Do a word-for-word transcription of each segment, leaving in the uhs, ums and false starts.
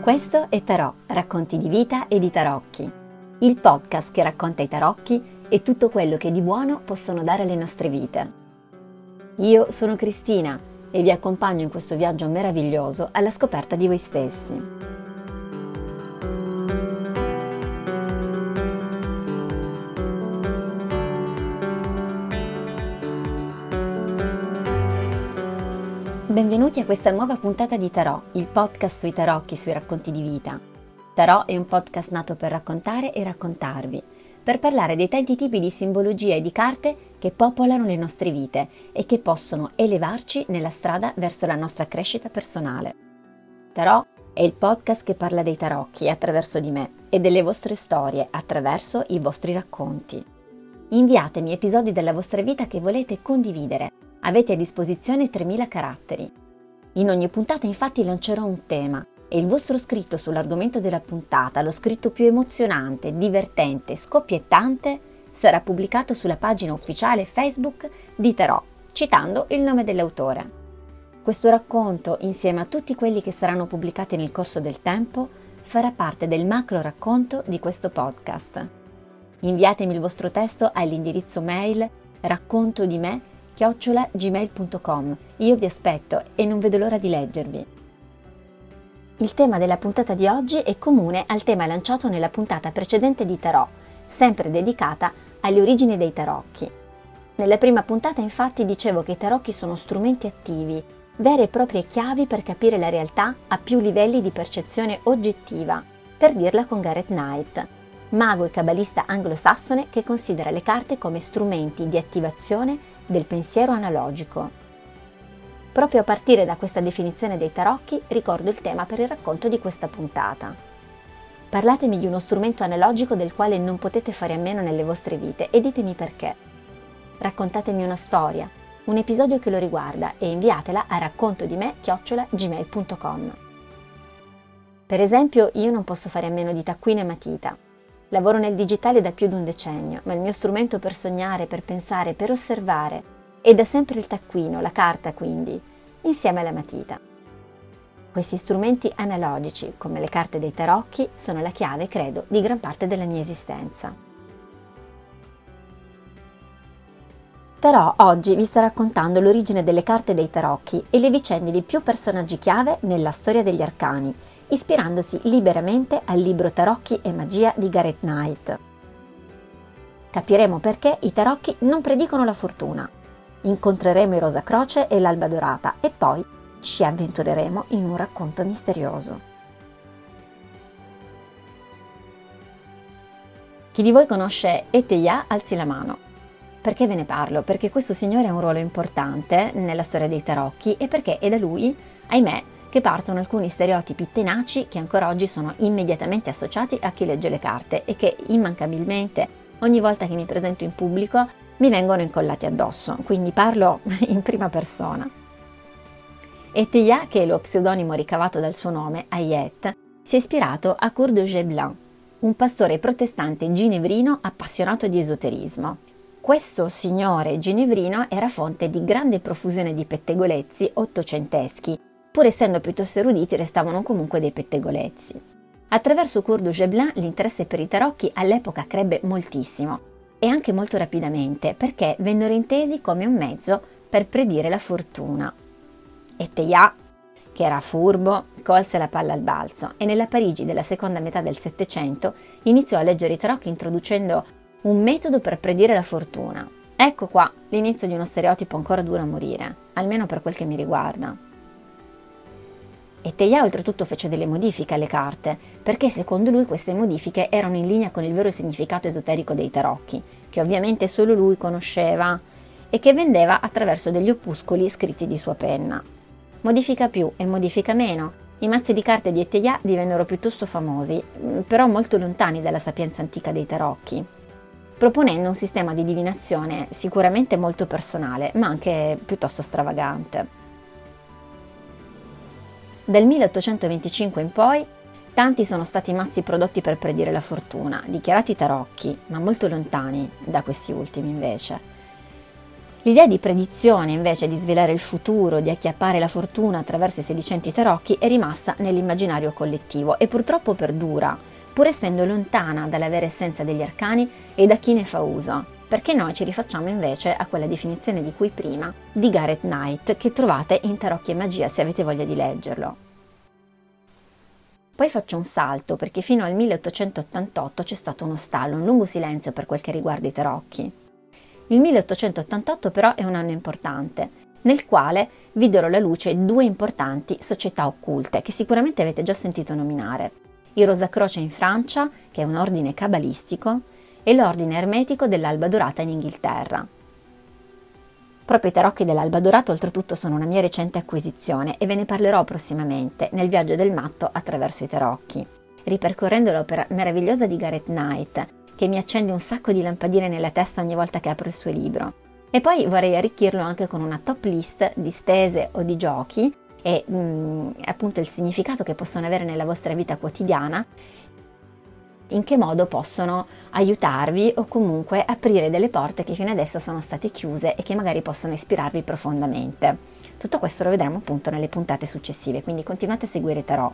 Questo è Tarò, racconti di vita e di tarocchi, il podcast che racconta i tarocchi e tutto quello che di buono possono dare alle nostre vite. Io sono Cristina e vi accompagno in questo viaggio meraviglioso alla scoperta di voi stessi. Benvenuti a questa nuova puntata di Tarò, il podcast sui tarocchi, sui racconti di vita. Tarò è un podcast nato per raccontare e raccontarvi, per parlare dei tanti tipi di simbologia e di carte che popolano le nostre vite e che possono elevarci nella strada verso la nostra crescita personale. Tarò è il podcast che parla dei tarocchi attraverso di me e delle vostre storie attraverso i vostri racconti. Inviatemi episodi della vostra vita che volete condividere. Avete a disposizione tremila caratteri. In ogni puntata infatti lancerò un tema e il vostro scritto sull'argomento della puntata, lo scritto più emozionante, divertente, scoppiettante, sarà pubblicato sulla pagina ufficiale Facebook di Tarò, citando il nome dell'autore. Questo racconto, insieme a tutti quelli che saranno pubblicati nel corso del tempo, farà parte del macro racconto di questo podcast. Inviatemi il vostro testo all'indirizzo mail racconto di me chiocciola gmail punto com. Io vi aspetto e non vedo l'ora di leggervi. Il tema della puntata di oggi è comune al tema lanciato nella puntata precedente di Tarò, sempre dedicata alle origini dei tarocchi. Nella prima puntata infatti dicevo che i tarocchi sono strumenti attivi, vere e proprie chiavi per capire la realtà a più livelli di percezione oggettiva, per dirla con Gareth Knight, mago e cabalista anglosassone che considera le carte come strumenti di attivazione del pensiero analogico. Proprio a partire da questa definizione dei tarocchi ricordo il tema per il racconto di questa puntata. Parlatemi di uno strumento analogico del quale non potete fare a meno nelle vostre vite e ditemi perché. Raccontatemi una storia, un episodio che lo riguarda e inviatela a racconto di me chiocciola gmail punto com. Per esempio, io non posso fare a meno di taccuino e matita. Lavoro nel digitale da più di un decennio, ma il mio strumento per sognare, per pensare, per osservare è da sempre il taccuino, la carta quindi, insieme alla matita. Questi strumenti analogici, come le carte dei tarocchi, sono la chiave, credo, di gran parte della mia esistenza. Tarò oggi vi sta raccontando l'origine delle carte dei tarocchi e le vicende di più personaggi chiave nella storia degli arcani, ispirandosi liberamente al libro Tarocchi e magia di Gareth Knight. Capiremo perché i tarocchi non predicono la fortuna, incontreremo i Rosa Croce e l'Alba Dorata e poi ci avventureremo in un racconto misterioso. Chi di voi conosce Eteia alzi la mano. Perché ve ne parlo? Perché questo signore ha un ruolo importante nella storia dei tarocchi e perché è da lui, ahimè, che partono alcuni stereotipi tenaci che ancora oggi sono immediatamente associati a chi legge le carte e che immancabilmente ogni volta che mi presento in pubblico mi vengono incollati addosso, quindi parlo in prima persona. Eteia, che è lo pseudonimo ricavato dal suo nome, Ayet, si è ispirato a Coeur de Géblin, un pastore protestante ginevrino appassionato di esoterismo. Questo signore ginevrino era fonte di grande profusione di pettegolezzi ottocenteschi, pur essendo piuttosto eruditi restavano comunque dei pettegolezzi. Attraverso Coeur de Géblin l'interesse per i tarocchi all'epoca crebbe moltissimo e anche molto rapidamente perché vennero intesi come un mezzo per predire la fortuna. Eteia, che era furbo, colse la palla al balzo e nella Parigi della seconda metà del Settecento iniziò a leggere i tarocchi introducendo un metodo per predire la fortuna. Ecco qua l'inizio di uno stereotipo ancora duro a morire, almeno per quel che mi riguarda. Eteia oltretutto fece delle modifiche alle carte, perché secondo lui queste modifiche erano in linea con il vero significato esoterico dei tarocchi, che ovviamente solo lui conosceva e che vendeva attraverso degli opuscoli scritti di sua penna. Modifica più e modifica meno, i mazzi di carte di Eteia divennero piuttosto famosi, però molto lontani dalla sapienza antica dei tarocchi, proponendo un sistema di divinazione sicuramente molto personale, ma anche piuttosto stravagante. Dal milleottocentoventicinque in poi, tanti sono stati i mazzi prodotti per predire la fortuna, dichiarati tarocchi, ma molto lontani da questi ultimi invece. L'idea di predizione, invece, di svelare il futuro, di acchiappare la fortuna attraverso i sedicenti tarocchi è rimasta nell'immaginario collettivo e purtroppo perdura, pur essendo lontana dalla vera essenza degli arcani e da chi ne fa uso, perché noi ci rifacciamo invece a quella definizione di cui prima di Gareth Knight, che trovate in Tarocchi e Magia se avete voglia di leggerlo. Poi faccio un salto, perché fino al milleottocentottantotto c'è stato uno stallo, un lungo silenzio per quel che riguarda i tarocchi. Il milleottocentottantotto però è un anno importante, nel quale videro la luce due importanti società occulte che sicuramente avete già sentito nominare: il Rosacroce in Francia, che è un ordine cabalistico, e l'ordine ermetico dell'Alba Dorata in Inghilterra. Proprio i tarocchi dell'Alba Dorata oltretutto sono una mia recente acquisizione e ve ne parlerò prossimamente nel viaggio del matto attraverso i tarocchi, ripercorrendo l'opera meravigliosa di Gareth Knight, che mi accende un sacco di lampadine nella testa ogni volta che apro il suo libro. E poi vorrei arricchirlo anche con una top list di stese o di giochi e mh, appunto il significato che possono avere nella vostra vita quotidiana, in che modo possono aiutarvi o comunque aprire delle porte che fino adesso sono state chiuse e che magari possono ispirarvi profondamente. Tutto questo lo vedremo appunto nelle puntate successive, quindi continuate a seguire Tarot.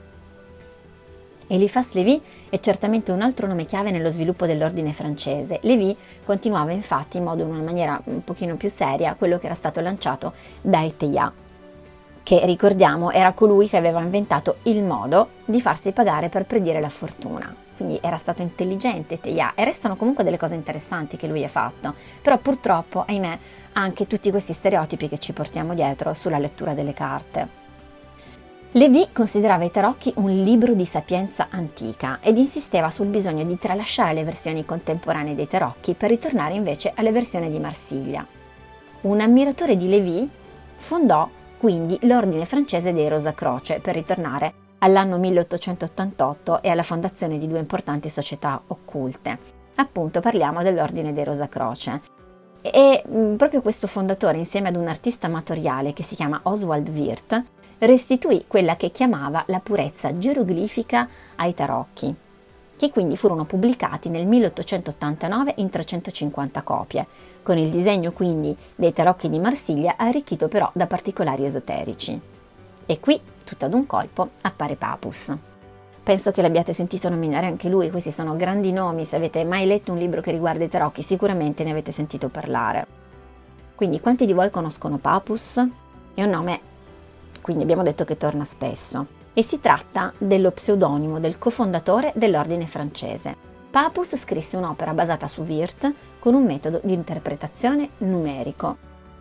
Eliphas Lévy è certamente un altro nome chiave nello sviluppo dell'ordine francese. Lévy continuava infatti in modo in una maniera un pochino più seria quello che era stato lanciato da Eteillat, che ricordiamo era colui che aveva inventato il modo di farsi pagare per predire la fortuna. Quindi era stato intelligente Eteillat e restano comunque delle cose interessanti che lui ha fatto, però purtroppo, ahimè, anche tutti questi stereotipi che ci portiamo dietro sulla lettura delle carte. Lévy considerava i tarocchi un libro di sapienza antica ed insisteva sul bisogno di tralasciare le versioni contemporanee dei tarocchi per ritornare invece alle versioni di Marsiglia. Un ammiratore di Lévy fondò quindi l'ordine francese dei Rosacroce per ritornare all'anno milleottocentottantotto e alla fondazione di due importanti società occulte. Appunto parliamo dell'ordine dei Rosacroce. E mh, proprio questo fondatore, insieme ad un artista amatoriale che si chiama Oswald Wirth, restituì quella che chiamava la purezza geroglifica ai tarocchi, che quindi furono pubblicati nel milleottocentottantanove in trecentocinquanta copie, con il disegno quindi dei tarocchi di Marsiglia arricchito però da particolari esoterici. E qui, tutto ad un colpo, appare Papus. Penso che l'abbiate sentito nominare anche lui, questi sono grandi nomi, se avete mai letto un libro che riguarda i tarocchi sicuramente ne avete sentito parlare. Quindi quanti di voi conoscono Papus? È un nome, quindi abbiamo detto che torna spesso, e si tratta dello pseudonimo del cofondatore dell'ordine francese. Papus scrisse un'opera basata su Wirth con un metodo di interpretazione numerico.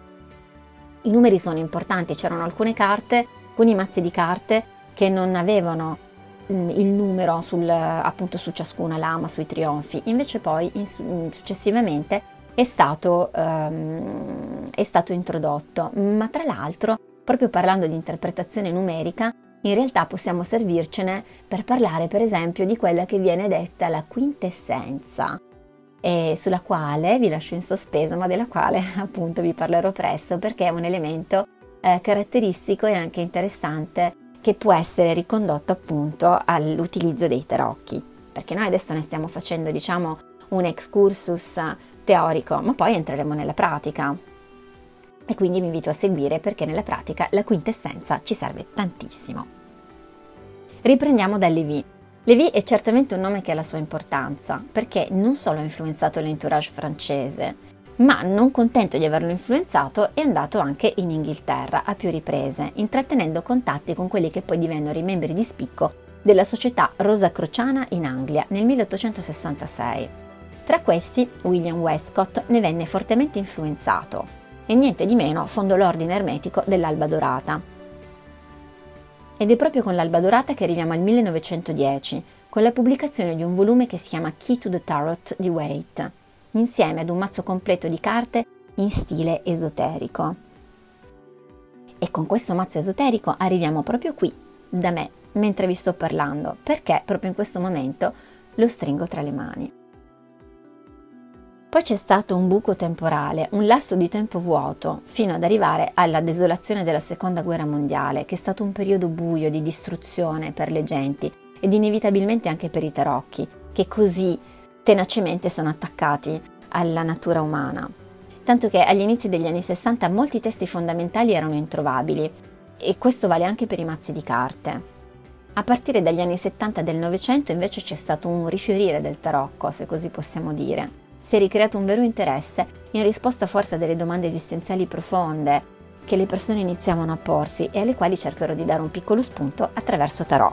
I numeri sono importanti, c'erano alcune carte, alcuni mazzi di carte che non avevano il numero sul, appunto su ciascuna lama, sui trionfi, invece poi in, successivamente è stato, um, è stato introdotto, ma tra l'altro proprio parlando di interpretazione numerica in realtà possiamo servircene per parlare per esempio di quella che viene detta la quintessenza, e sulla quale vi lascio in sospeso, ma della quale appunto vi parlerò presto perché è un elemento eh, caratteristico e anche interessante che può essere ricondotto appunto all'utilizzo dei tarocchi, perché noi adesso ne stiamo facendo diciamo un excursus teorico, ma poi entreremo nella pratica e quindi vi invito a seguire perché nella pratica la quintessenza ci serve tantissimo. Riprendiamo da Lévy. Lévy è certamente un nome che ha la sua importanza perché non solo ha influenzato l'entourage francese, ma non contento di averlo influenzato è andato anche in Inghilterra a più riprese, intrattenendo contatti con quelli che poi divennero i membri di spicco della società rosacrociana in Anglia nel milleottocentosessantasei. Tra questi William Westcott ne venne fortemente influenzato e niente di meno fondò l'ordine ermetico dell'Alba Dorata. Ed è proprio con l'Alba Dorata che arriviamo al millenovecentodieci, con la pubblicazione di un volume che si chiama Key to the Tarot di Waite, insieme ad un mazzo completo di carte in stile esoterico. E con questo mazzo esoterico arriviamo proprio qui, da me, mentre vi sto parlando, perché proprio in questo momento lo stringo tra le mani. Poi c'è stato un buco temporale, un lasso di tempo vuoto, fino ad arrivare alla desolazione della Seconda Guerra Mondiale, che è stato un periodo buio di distruzione per le genti ed inevitabilmente anche per i tarocchi, che così tenacemente sono attaccati alla natura umana. tanto che agli inizi degli anni sessanta molti testi fondamentali erano introvabili, e questo vale anche per i mazzi di carte. A partire dagli anni settanta del Novecento invece c'è stato un rifiorire del tarocco, se così possiamo dire. Si è ricreato un vero interesse in risposta forse a delle domande esistenziali profonde che le persone iniziavano a porsi e alle quali cercherò di dare un piccolo spunto attraverso tarot.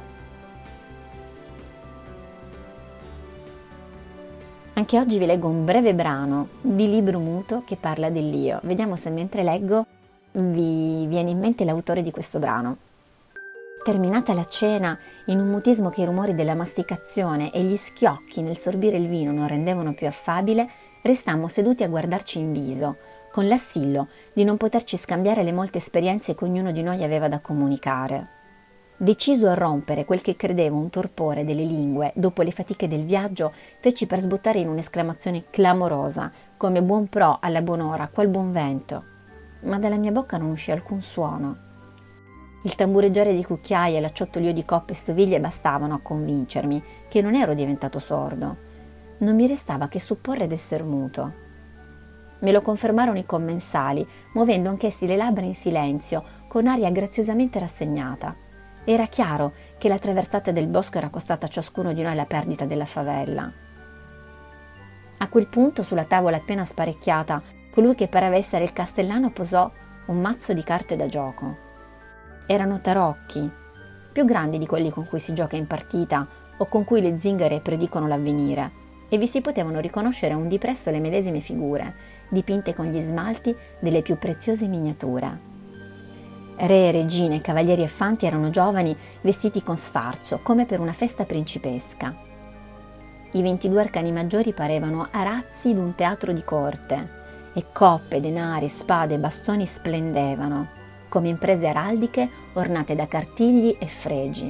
Anche oggi vi leggo un breve brano di Libro Muto che parla dell'io. Vediamo se mentre leggo vi viene in mente l'autore di questo brano. Terminata la cena, in un mutismo che i rumori della masticazione e gli schiocchi nel sorbire il vino non rendevano più affabile, restammo seduti a guardarci in viso, con l'assillo di non poterci scambiare le molte esperienze che ognuno di noi aveva da comunicare. Deciso a rompere quel che credevo un torpore delle lingue dopo le fatiche del viaggio, feci per sbottare in un'esclamazione clamorosa, come buon pro alla buon'ora, qual buon vento. Ma dalla mia bocca non uscì alcun suono. Il tambureggiare di cucchiaie e l'acciottolio di coppe e stoviglie bastavano a convincermi che non ero diventato sordo. Non mi restava che supporre d'esser muto. Me lo confermarono i commensali, muovendo anch'essi le labbra in silenzio, con aria graziosamente rassegnata. Era chiaro che la traversata del bosco era costata a ciascuno di noi la perdita della favella. A quel punto, sulla tavola appena sparecchiata, colui che pareva essere il castellano posò un mazzo di carte da gioco. Erano tarocchi, più grandi di quelli con cui si gioca in partita o con cui le zingare predicono l'avvenire, e vi si potevano riconoscere un di presso le medesime figure, dipinte con gli smalti delle più preziose miniature. Re, regine, cavalieri e fanti erano giovani vestiti con sfarzo, come per una festa principesca. I ventidue arcani maggiori parevano arazzi d'un teatro di corte, e coppe, denari, spade e bastoni splendevano, come imprese araldiche ornate da cartigli e fregi.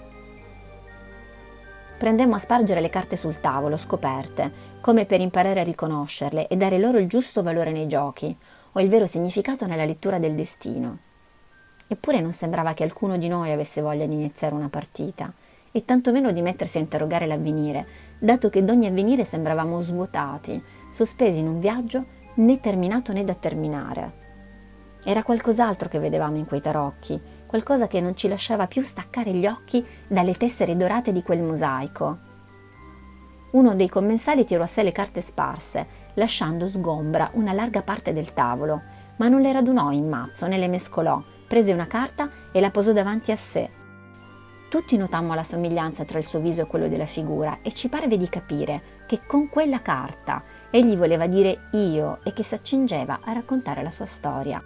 Prendemmo a spargere le carte sul tavolo, scoperte, come per imparare a riconoscerle e dare loro il giusto valore nei giochi, o il vero significato nella lettura del destino. Eppure non sembrava che alcuno di noi avesse voglia di iniziare una partita, e tantomeno di mettersi a interrogare l'avvenire, dato che d'ogni avvenire sembravamo svuotati, sospesi in un viaggio né terminato né da terminare. Era qualcos'altro che vedevamo in quei tarocchi, qualcosa che non ci lasciava più staccare gli occhi dalle tessere dorate di quel mosaico. Uno dei commensali tirò a sé le carte sparse, lasciando sgombra una larga parte del tavolo, ma non le radunò in mazzo né le mescolò, prese una carta e la posò davanti a sé. Tutti notammo la somiglianza tra il suo viso e quello della figura e ci parve di capire che con quella carta egli voleva dire io e che si accingeva a raccontare la sua storia.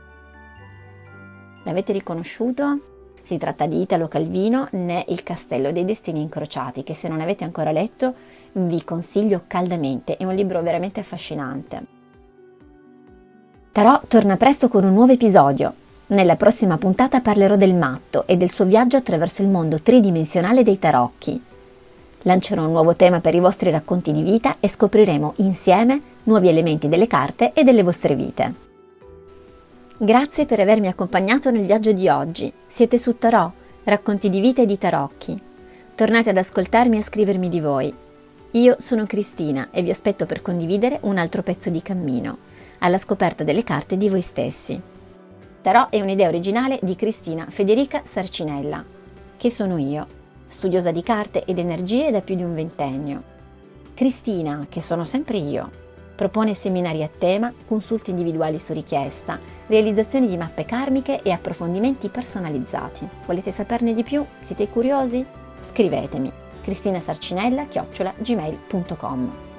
L'avete riconosciuto? Si tratta di Italo Calvino, né Il Castello dei Destini Incrociati, che se non avete ancora letto vi consiglio caldamente, è un libro veramente affascinante. Tarot torna presto con un nuovo episodio. Nella prossima puntata parlerò del matto e del suo viaggio attraverso il mondo tridimensionale dei tarocchi. Lancerò un nuovo tema per i vostri racconti di vita e scopriremo insieme nuovi elementi delle carte e delle vostre vite. Grazie per avermi accompagnato nel viaggio di oggi. Siete su Tarot, racconti di vita e di tarocchi. Tornate ad ascoltarmi e a scrivermi di voi. Io sono Cristina e vi aspetto per condividere un altro pezzo di cammino, alla scoperta delle carte di voi stessi. Tarot è un'idea originale di Cristina Federica Sarcinella, che sono io, studiosa di carte ed energie da più di un ventennio. Cristina, che sono sempre io, propone seminari a tema, consulti individuali su richiesta, realizzazioni di mappe karmiche e approfondimenti personalizzati. Volete saperne di più? Siete curiosi? Scrivetemi cristinasarcinella chiocciola gmail punto com.